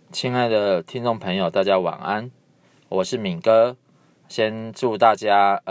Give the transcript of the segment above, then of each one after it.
亲爱的听众朋友，大家晚安，我是敏哥。先祝大家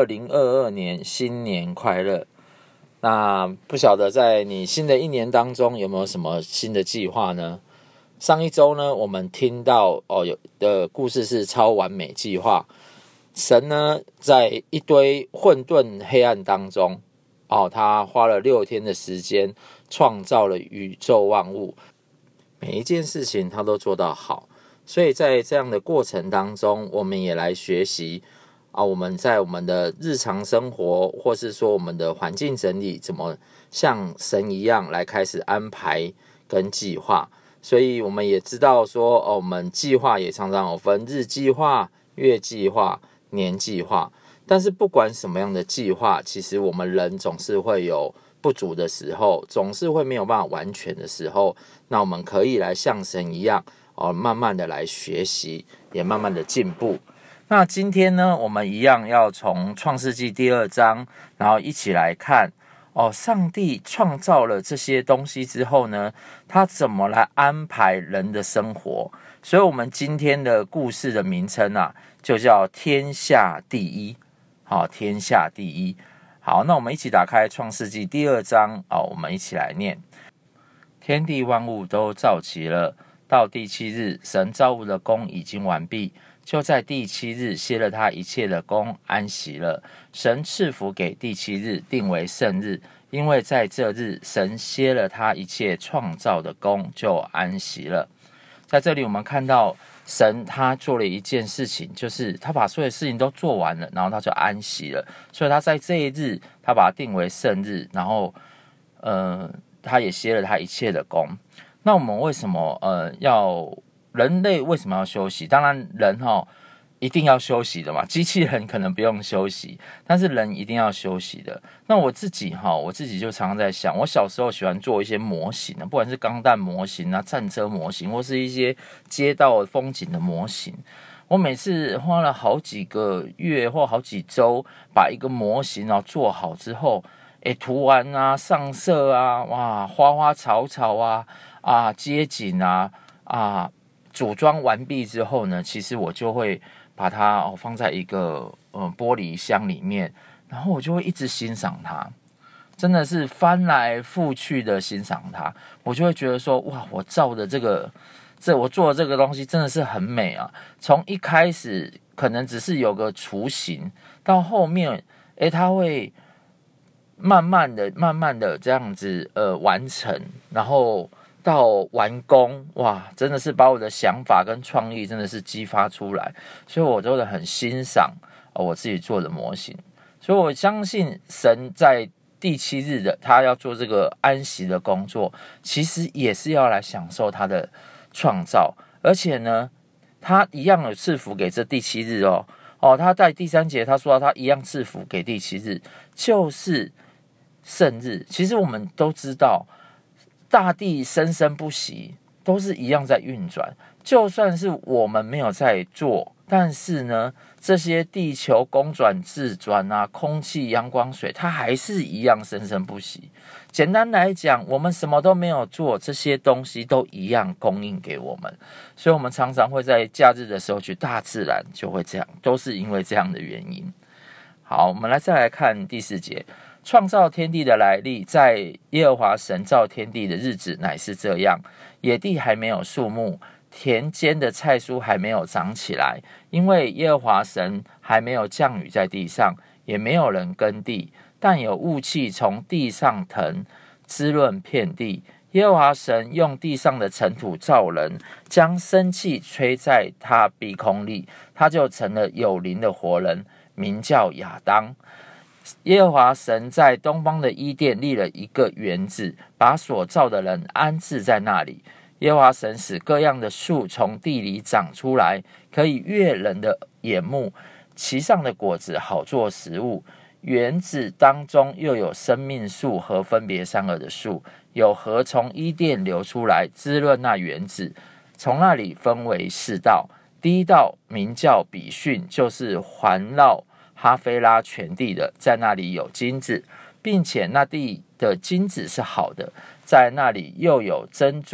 2022年新年快乐。那不晓得在你新的一年当中有没有什么新的计划呢？上一周呢，我们听到有的故事是超完美计划。神呢，在一堆混沌黑暗当中，他花了6天的时间创造了宇宙万物。每一件事情他都做到好，所以在这样的过程当中，我们也来学习我们在我们的日常生活，或是说我们的环境整理，怎么像神一样来开始安排跟计划。所以我们也知道说，我们计划也常常有分日计划、月计划、年计划。但是不管什么样的计划，其实我们人总是会有不足的时候，总是会没有办法完全的时候，那我们可以来像神一样慢慢的来学习，也慢慢的进步。那今天呢，我们一样要从创世纪第2章，然后一起来看上帝创造了这些东西之后呢，他怎么来安排人的生活。所以我们今天的故事的名称就叫天下第一。天下第一。好，那我们一起打开创世纪第2章我们一起来念。天地万物都造齐了，到第7日，神造物的工已经完毕，就在第7日歇了他一切的工，安息了。神赐福给第7日，定为圣日，因为在这日，神歇了他一切创造的工，就安息了。在这里我们看到神他做了一件事情，就是他把所有事情都做完了，然后他就安息了。所以他在这一日，他把它定为圣日，然后他也歇了他一切的工。那我们为什么人类为什么要休息？当然人一定要休息的嘛，机器人可能不用休息，但是人一定要休息的。那我自己就常常在想，我小时候喜欢做一些模型不管是钢弹模型战车模型，或是一些街道风景的模型。我每次花了好几个月或好几周，把一个模型做好之后，涂完上色哇，花花草草街景组装完毕之后呢，其实我就会把它放在一个玻璃箱里面，然后我就会一直欣赏它，真的是翻来覆去的欣赏它。我就会觉得说，哇，我造的我做的这个东西真的是很美啊！从一开始可能只是有个雏形，到后面它会慢慢的这样子完成，然后到完工，哇，真的是把我的想法跟创意真的是激发出来，所以我真的很欣赏我自己做的模型。所以我相信神在第7日的他要做这个安息的工作，其实也是要来享受他的创造。而且呢，他一样有赐福给这第7日他在第3节他说他一样赐福给第7日，就是圣日。其实我们都知道，大地生生不息，都是一样在运转。就算是我们没有在做，但是呢，这些地球公转自转空气、阳光、水，它还是一样生生不息。简单来讲，我们什么都没有做，这些东西都一样供应给我们。所以我们常常会在假日的时候去大自然，就会这样，都是因为这样的原因。好，我们再来看第4节。创造天地的来历，在耶和华神造天地的日子乃是这样：野地还没有树木，田间的菜蔬还没有长起来，因为耶和华神还没有降雨在地上，也没有人耕地，但有雾气从地上腾，滋润遍地。耶和华神用地上的尘土造人，将生气吹在他鼻孔里，他就成了有灵的活人，名叫亚当。耶和华神在东方的伊甸立了一个园子，把所造的人安置在那里。耶和华神使各样的树从地里长出来，可以悦人的眼目，其上的果子好做食物。园子当中又有生命树和分别善恶的树，有河从伊甸流出来，滋润那园子。从那里分为4道，第一道名叫比逊，就是环绕哈菲拉全地的，在那里有金子，并且那地的金子是好的，在那里又有珍珠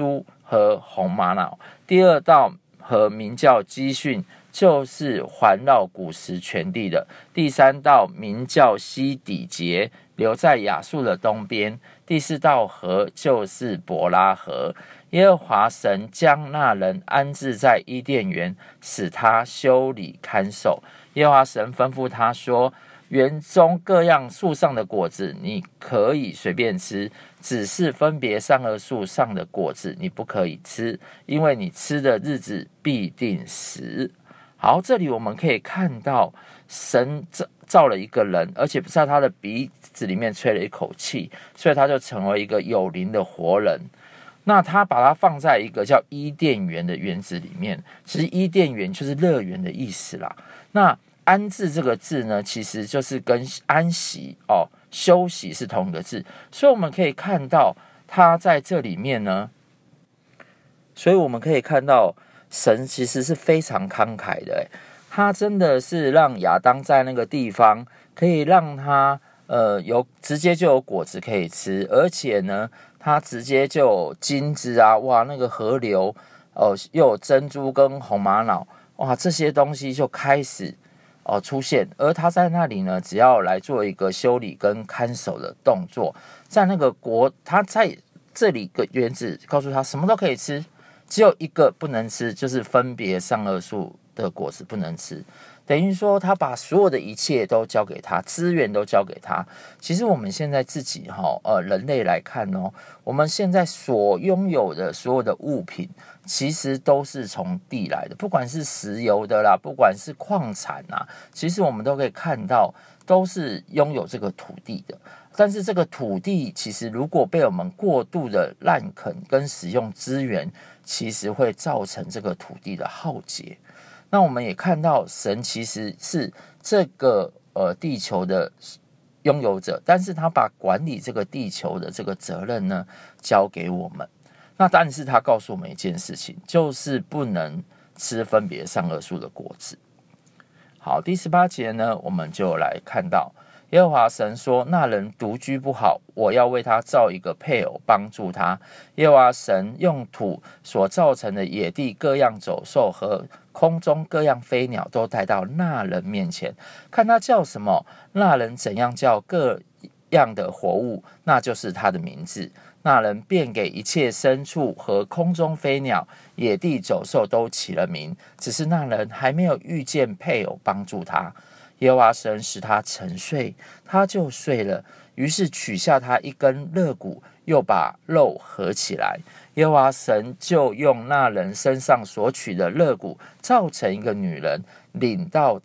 和红玛瑙，第二道河名叫基训，就是环绕古时全地的。第三道名叫西底结，流在亚述的东边。第四道河就是伯拉河。耶和华神将那人安置在伊甸园，使他修理看守。耶和华神吩咐他说，园中各样树上的果子你可以随便吃，只是分别善恶树上的果子你不可以吃，因为你吃的日子必定死。好，这里我们可以看到神造了一个人，而且在他的鼻子里面吹了一口气，所以他就成为一个有灵的活人。那他把它放在一个叫伊甸园的园子里面，其实伊甸园就是乐园的意思啦。那安置这个字呢，其实就是跟安息休息是同一个字，所以我们可以看到他在这里面呢，所以我们可以看到神其实是非常慷慨的，他真的是让亚当在那个地方可以让他直接就有果子可以吃，而且呢他直接就有金子啊，哇，那个河流又有珍珠跟红玛瑙，哇，这些东西就开始出现，而他在那里呢，只要来做一个修理跟看守的动作，在那个他在这里个园子告诉他什么都可以吃，只有一个不能吃，就是分别善恶树的果子不能吃。等于说他把所有的一切都交给他，资源都交给他。其实我们现在自己人类来看我们现在所拥有的所有的物品，其实都是从地来的，不管是石油的啦，不管是矿产啊，其实我们都可以看到都是拥有这个土地的。但是这个土地其实如果被我们过度的滥垦跟使用资源，其实会造成这个土地的浩劫。那我们也看到神其实是这个地球的拥有者，但是他把管理这个地球的这个责任呢交给我们。那但是他告诉我们一件事情，就是不能吃分别善恶树的果子。好，第18节呢，我们就来看到耶和华神说，那人独居不好，我要为他造一个配偶帮助他。耶和华神用土所造成的野地各样走兽和空中各样飞鸟都带到那人面前，看他叫什么，那人怎样叫各样的活物，那就是他的名字。那人便给一切牲畜和空中飞鸟、野地走兽都起了名，只是那人还没有遇见配偶帮助他。耶和华神使他沉睡，他就睡了，于是取下他一根肋骨，又把肉合起来。耶和华神就用那人身上所取的肋骨造成一个女人，领到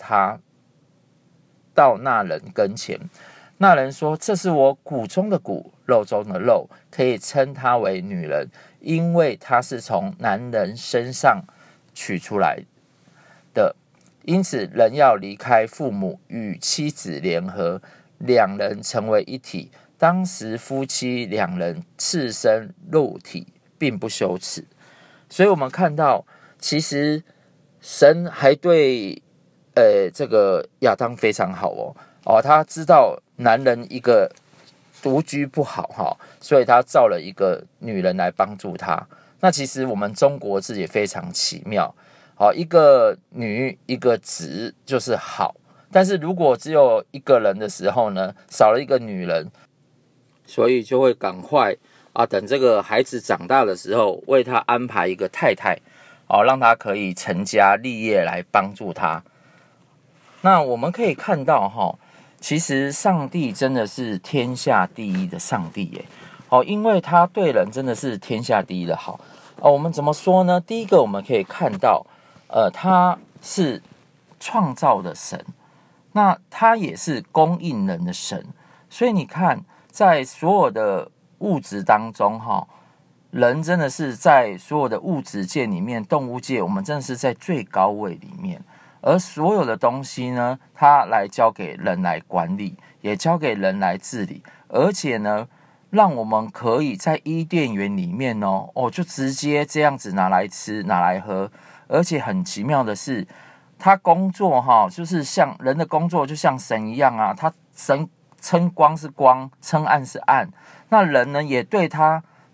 那人跟前。那人说，这是我骨中的骨，肉中的肉，可以称她为女人，因为她是从男人身上取出来的。因此人要离开父母，与妻子联合，两人成为一体。当时夫妻两人赤身露体，并不羞耻。所以我们看到其实神还对这个亚当非常好他知道男人一个独居不好所以他造了一个女人来帮助他。那其实我们中国字也非常奇妙，一个女一个子就是好，但是如果只有一个人的时候呢，少了一个女人，所以就会赶快等这个孩子长大的时候，为他安排一个太太让他可以成家立业来帮助他。那我们可以看到其实上帝真的是天下第一的上帝耶因为他对人真的是天下第一的好我们怎么说呢？第一个我们可以看到他是创造的神，那他也是供应人的神，所以你看在所有的物质当中人真的是在所有的物质界里面，动物界我们真的是在最高位里面，而所有的东西呢，它来交给人来管理，也交给人来治理，而且呢让我们可以在伊甸园里面就直接这样子拿来吃拿来喝。而且很奇妙的是，他工作就是像人的工作就像神一样他神称光是光，称暗是暗，那人呢也对他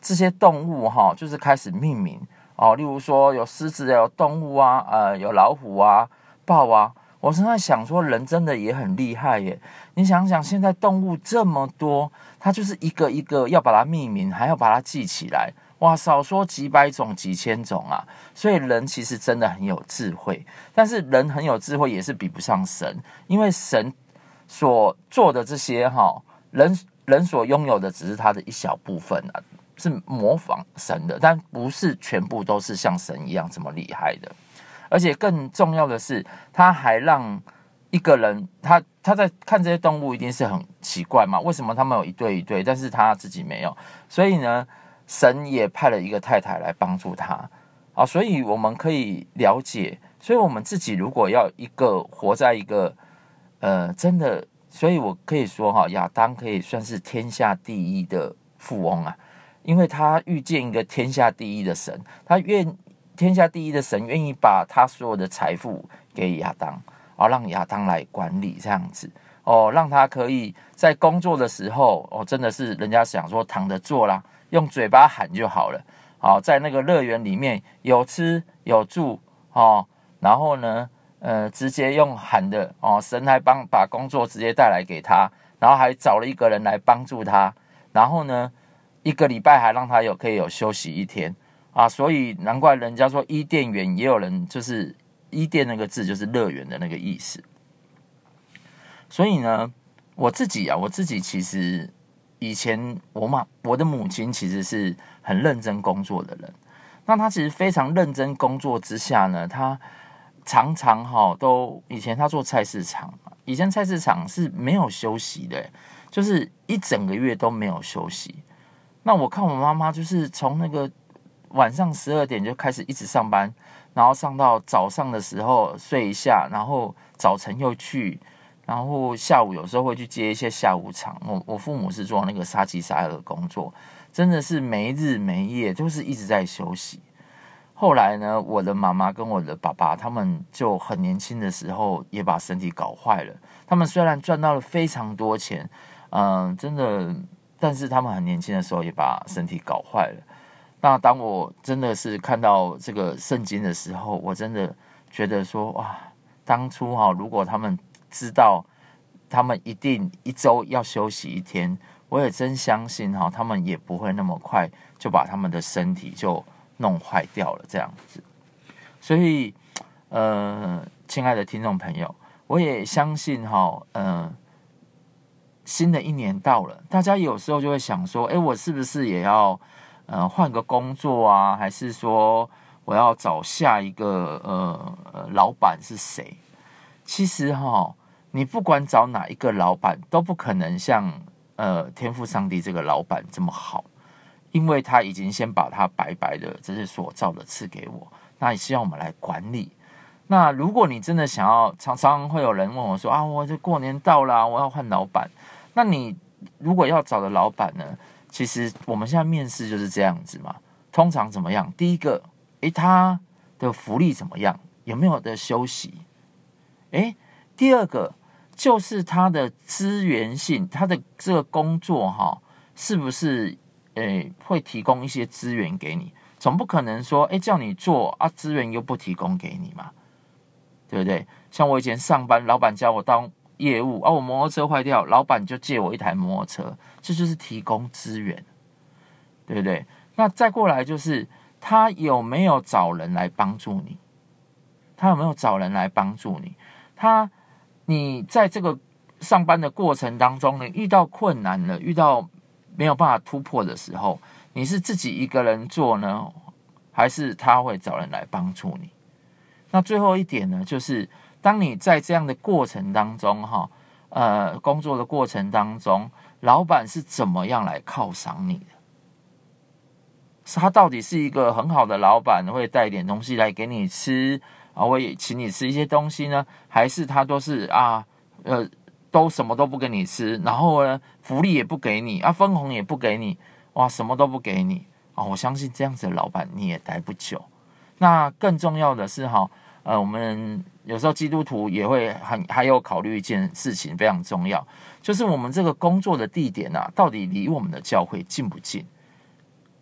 这些动物就是开始命名例如说有狮子有动物啊，有老虎啊、豹啊。我正在想说，人真的也很厉害耶！你想想，现在动物这么多，它就是一个一个要把它命名，还要把它记起来。哇，少说几百种、几千种啊！所以人其实真的很有智慧，但是人很有智慧也是比不上神，因为神所做的这些人所拥有的只是他的一小部分啊，是模仿神的，但不是全部都是像神一样这么厉害的。而且更重要的是，他还让一个人，他在看这些动物一定是很奇怪嘛？为什么他们有一对一对，但是他自己没有？所以呢，神也派了一个太太来帮助他啊。所以我们可以了解，所以我们自己如果要活在一个真的，所以我可以说亚当可以算是天下第一的富翁啊，因为他遇见一个天下第一的神，天下第一的神愿意把他所有的财富给亚当，让亚当来管理这样子让他可以在工作的时候真的是人家想说躺着做啦，用嘴巴喊就好了在那个乐园里面有吃有住然后呢直接用喊的神还把工作直接带来给他，然后还找了一个人来帮助他，然后呢1个礼拜还让他可以有休息1天所以难怪人家说伊甸园，也有人就是伊甸那个字就是乐园的那个意思。所以呢，我自己其实以前我的母亲其实是很认真工作的人，那她其实非常认真工作之下呢，她常常以前她做菜市场，以前菜市场是没有休息的，就是一整个月都没有休息。那我看我妈妈就是从那个晚上12点就开始一直上班，然后上到早上的时候睡一下，然后早晨又去，然后下午有时候会去接一些下午场。我父母是做那个杀鸡杀鹅的工作，真的是没日没夜，就是一直在休息。后来呢，我的妈妈跟我的爸爸他们就很年轻的时候也把身体搞坏了。他们虽然赚到了非常多钱，真的，但是他们很年轻的时候也把身体搞坏了。那当我真的是看到这个圣经的时候，我真的觉得说，哇，当初如果他们知道他们一定1周要休息1天，我也真相信他们也不会那么快就把他们的身体就弄坏掉了这样子。所以亲爱的听众朋友，我也相信新的一年到了，大家有时候就会想说，我是不是也要换个工作啊？还是说我要找下一个老板是谁？其实你不管找哪一个老板，都不可能像天父上帝这个老板这么好，因为他已经先把他白白的这些所造的赐给我，那也希望我们来管理。那如果你真的想要，常常会有人问我说我这过年到了，我要换老板。那你如果要找的老板呢？其实我们现在面试就是这样子嘛，通常怎么样？第一个，他的福利怎么样？有没有的休息？第二个就是他的资源性，他的这个工作是不是会提供一些资源给你？总不可能说叫你做资源又不提供给你嘛，对不对？像我以前上班，老板叫我当业务我摩托车坏掉，老板就借我一台摩托车，这就是提供资源，对不对？那再过来就是他有没有找人来帮助你？你在这个上班的过程当中，你遇到困难了，遇到没有办法突破的时候，你是自己一个人做呢，还是他会找人来帮助你？那最后一点呢，就是当你在这样的过程当中工作的过程当中，老板是怎么样来犒赏你的？他到底是一个很好的老板，会带一点东西来给你吃会请你吃一些东西呢？还是他都是都什么都不给你吃，然后呢福利也不给你分红也不给你，什么都不给你我相信这样子的老板你也待不久。那更重要的是我们有时候基督徒也会还有考虑一件事情非常重要，就是我们这个工作的地点到底离我们的教会近不近？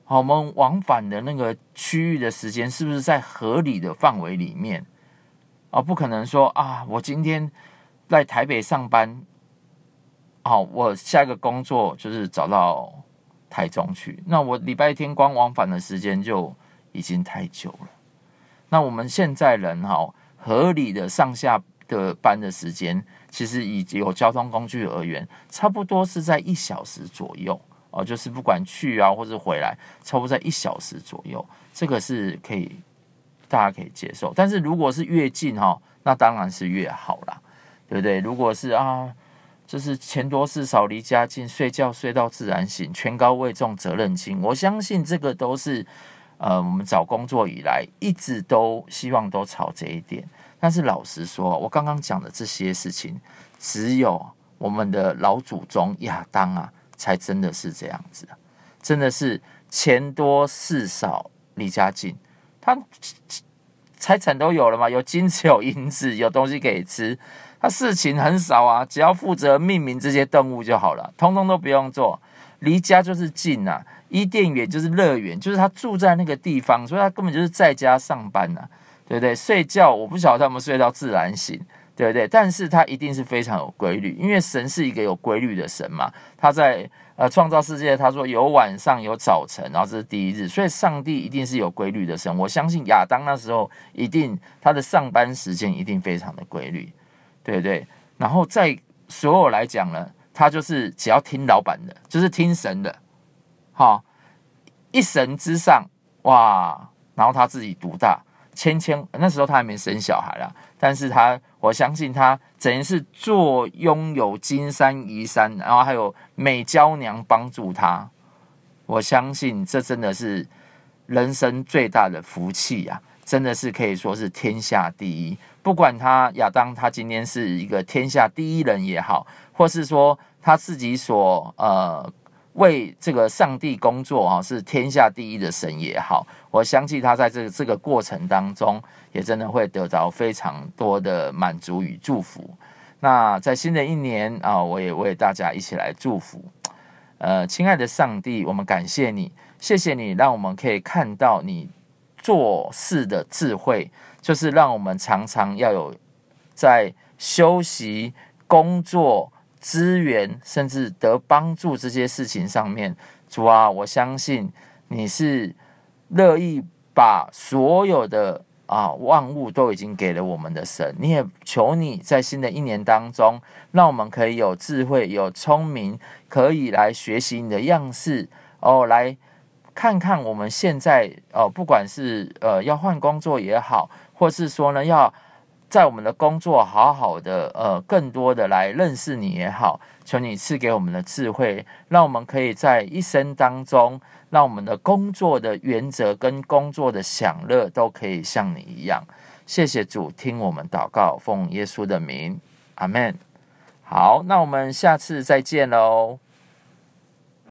好，我们往返的那个区域的时间是不是在合理的范围里面？不可能说我今天在台北上班，我下一个工作就是找到台中去，那我礼拜天光往返的时间就已经太久了。那我们现在人合理的上下的班的时间，其实以有交通工具而言，差不多是在1小时左右。就是不管去或者回来，差不多在1小时左右，这个是大家可以接受。但是如果是越近那当然是越好啦，对不对？如果是就是钱多事少离家近，睡觉睡到自然醒，权高位重责任轻，我相信这个都是我们找工作以来一直都希望都朝这一点。但是老实说，我刚刚讲的这些事情，只有我们的老祖宗亚当才真的是这样子，真的是钱多事少离家近，他财产都有了嘛，有金子有银子，有东西可以吃，他事情很少只要负责命名这些动物就好了，通通都不用做。离家就是近伊甸园就是乐园，就是他住在那个地方，所以他根本就是在家上班对不对？睡觉我不晓得他们睡到自然醒，对不对？但是他一定是非常有规律，因为神是一个有规律的神嘛。他在创造世界，他说有晚上有早晨，然后这是第一日，所以上帝一定是有规律的神。我相信亚当那时候一定他的上班时间一定非常的规律，对不对？然后在所有来讲呢，他就是只要听老板的，就是听神的，一神之上，哇！然后他自己独大。那时候他还没生小孩啦，但是我相信他等于是拥有金山银山，然后还有美娇娘帮助他，我相信这真的是人生最大的福气真的是可以说是天下第一。不管亚当他今天是一个天下第一人也好，或是说他自己所为这个上帝工作是天下第一的神也好，我相信他在这个过程当中也真的会得到非常多的满足与祝福。那在新的一年我也为大家一起来祝福。亲爱的上帝，我们感谢你，谢谢你让我们可以看到你做事的智慧，就是让我们常常要有在休息、工作、资源甚至得帮助这些事情上面，主我相信你是乐意把所有的万物都已经给了我们的神。你也求你在新的一年当中，让我们可以有智慧有聪明，可以来学习你的样式来看看我们现在不管是要换工作也好，或是说呢要在我们的工作好好的更多的来认识你也好，求你赐给我们的智慧，让我们可以在一生当中，让我们的工作的原则跟工作的享乐都可以像你一样。谢谢主，听我们祷告，奉耶稣的名，阿们。好，那我们下次再见喽。